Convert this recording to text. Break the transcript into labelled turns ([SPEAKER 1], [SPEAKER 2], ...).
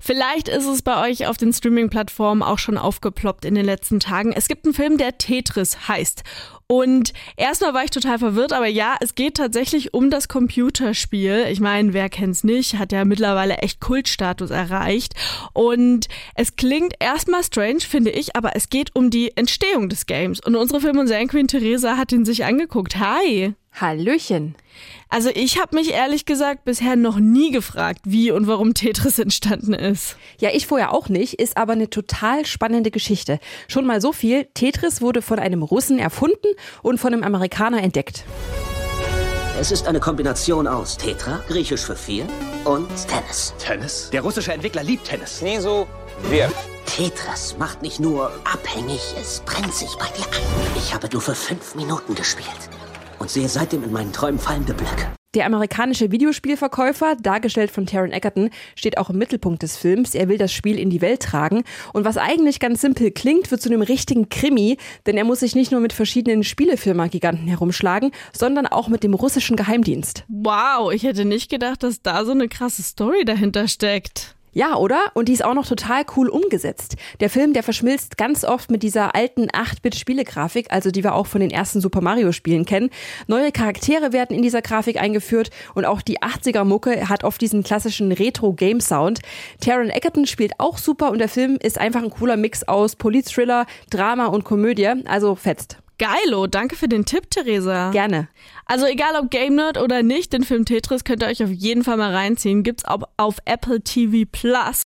[SPEAKER 1] Vielleicht ist es bei euch auf den Streaming-Plattformen auch schon aufgeploppt in den letzten Tagen. Es gibt einen Film, der Tetris heißt. Und erstmal war ich total verwirrt, aber ja, es geht tatsächlich um das Computerspiel. Ich meine, wer kennt's nicht, hat ja mittlerweile echt Kultstatus erreicht. Und es klingt erstmal strange, finde ich, aber es geht um die Entstehung des Games. Und unsere Film- und Serienqueen Theresa hat ihn sich angeguckt. Hi!
[SPEAKER 2] Hallöchen.
[SPEAKER 1] Also ich habe mich ehrlich gesagt bisher noch nie gefragt, wie und warum Tetris entstanden ist.
[SPEAKER 2] Ja, ich vorher auch nicht, ist aber eine total spannende Geschichte. Schon mal so viel, Tetris wurde von einem Russen erfunden und von einem Amerikaner entdeckt.
[SPEAKER 3] Es ist eine Kombination aus Tetra, griechisch für 4, und Tennis.
[SPEAKER 4] Tennis? Der russische Entwickler liebt Tennis.
[SPEAKER 5] Nie so wir.
[SPEAKER 3] Tetris macht nicht nur abhängig, es brennt sich bei dir ein. Ich habe nur für 5 Minuten gespielt und sehe seitdem in meinen Träumen fallende Blöcke.
[SPEAKER 2] Der amerikanische Videospielverkäufer, dargestellt von Taron Egerton, steht auch im Mittelpunkt des Films. Er will das Spiel in die Welt tragen. Und was eigentlich ganz simpel klingt, wird zu einem richtigen Krimi. Denn er muss sich nicht nur mit verschiedenen Spielefirma-Giganten herumschlagen, sondern auch mit dem russischen Geheimdienst.
[SPEAKER 1] Wow, ich hätte nicht gedacht, dass da so eine krasse Story dahinter steckt.
[SPEAKER 2] Ja, oder? Und die ist auch noch total cool umgesetzt. Der Film, der verschmilzt ganz oft mit dieser alten 8-Bit-Spielegrafik, also die wir auch von den ersten Super Mario-Spielen kennen. Neue Charaktere werden in dieser Grafik eingeführt und auch die 80er-Mucke hat oft diesen klassischen Retro-Game-Sound. Taron Egerton spielt auch super und der Film ist einfach ein cooler Mix aus Polit-Thriller, Drama und Komödie, also fetzt.
[SPEAKER 1] Geilo, danke für den Tipp, Theresa.
[SPEAKER 2] Gerne.
[SPEAKER 1] Also egal ob Game Nerd oder nicht, den Film Tetris könnt ihr euch auf jeden Fall mal reinziehen. Gibt's auch auf Apple TV Plus.